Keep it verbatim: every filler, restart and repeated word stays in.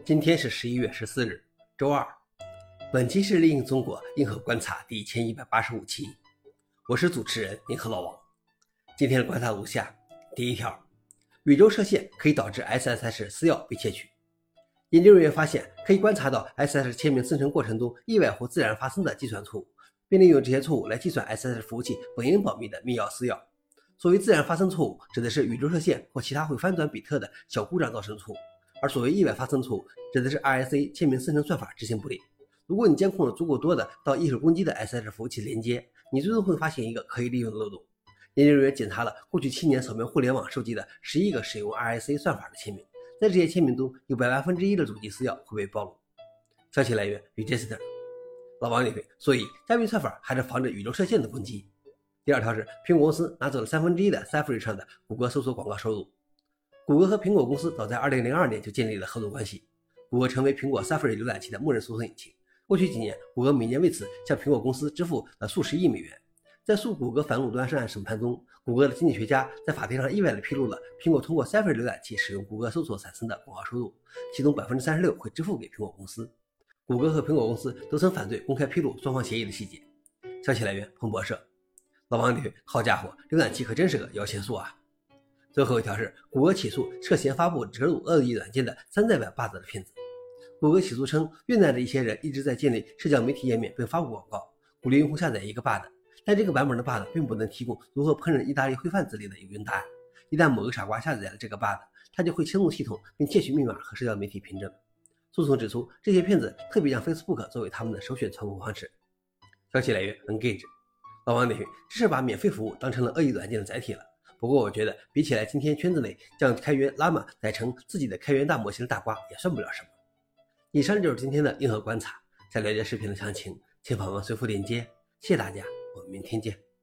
今天是十一月十四日，周二。本期是利应中国硬核观察第一千一百八十五期，我是主持人硬核老王。今天的观察如下：第一条，宇宙射线可以导致 S S H 私钥被窃取。研究人员发现，可以观察到 S S H 签名生成过程中意外或自然发生的计算错误，并利用这些错误来计算 S S H 服务器本应保密的密钥私钥。所谓自然发生错误，指的是宇宙射线或其他会翻转比特的小故障造成错误，而所谓意外发生错误，指的是 R S A 签名生成算法执行不力。如果你监控了足够多的到易守攻击的 S S H 服务器连接，你最终会发现一个可以利用的漏洞。研究人员检查了过去七年扫描互联网收集的十一个使用 R S A 算法的签名，在这些签名中，有百万分之一的主机私钥会被暴露。消息来源 Register。 老王认为，所以加密算法还是防止宇宙射线的攻击。第二条是，苹果公司拿走了三分之一的 Safari 上的谷歌搜索广告收入。谷歌和苹果公司早在二零零二年就建立了合作关系，谷歌成为苹果 Safari 浏览器的默认搜索引擎。过去几年，谷歌每年为此向苹果公司支付了数十亿美元。在诉谷歌反垄断涉案审判中，谷歌的经济学家在法庭上意外地披露了苹果通过 Safari 浏览器使用谷歌搜索产生的广告收入，其中 百分之三十六 会支付给苹果公司。谷歌和苹果公司都曾反对公开披露双方协议的细节。消息来源彭博社。老王认为，好家伙，浏览器可真是个摇钱树啊！最后一条是，谷歌起诉涉嫌发布植入恶意软件的山寨版 bot 的骗子。谷歌起诉称，越南的一些人一直在建立社交媒体页面并发布广告，鼓励用户下载一个 bot， 但这个版本的 bot 并不能提供如何烹饪意大利烩饭之类的有用答案。一旦某个傻瓜下载了这个 bot， 他就会侵入系统并窃取密码和社交媒体凭证。诉讼指出，这些骗子特别将 Facebook 作为他们的首选传播方式。消息来源 Engage。老王认为，这是把免费服务当成了恶意软件的载体了。不过我觉得，比起来今天圈子内将开源 Llama 改成自己的开源大模型的大瓜也算不了什么。以上就是今天的硬核观察。想了解视频的详情，请访问随附链接。谢谢大家，我们明天见。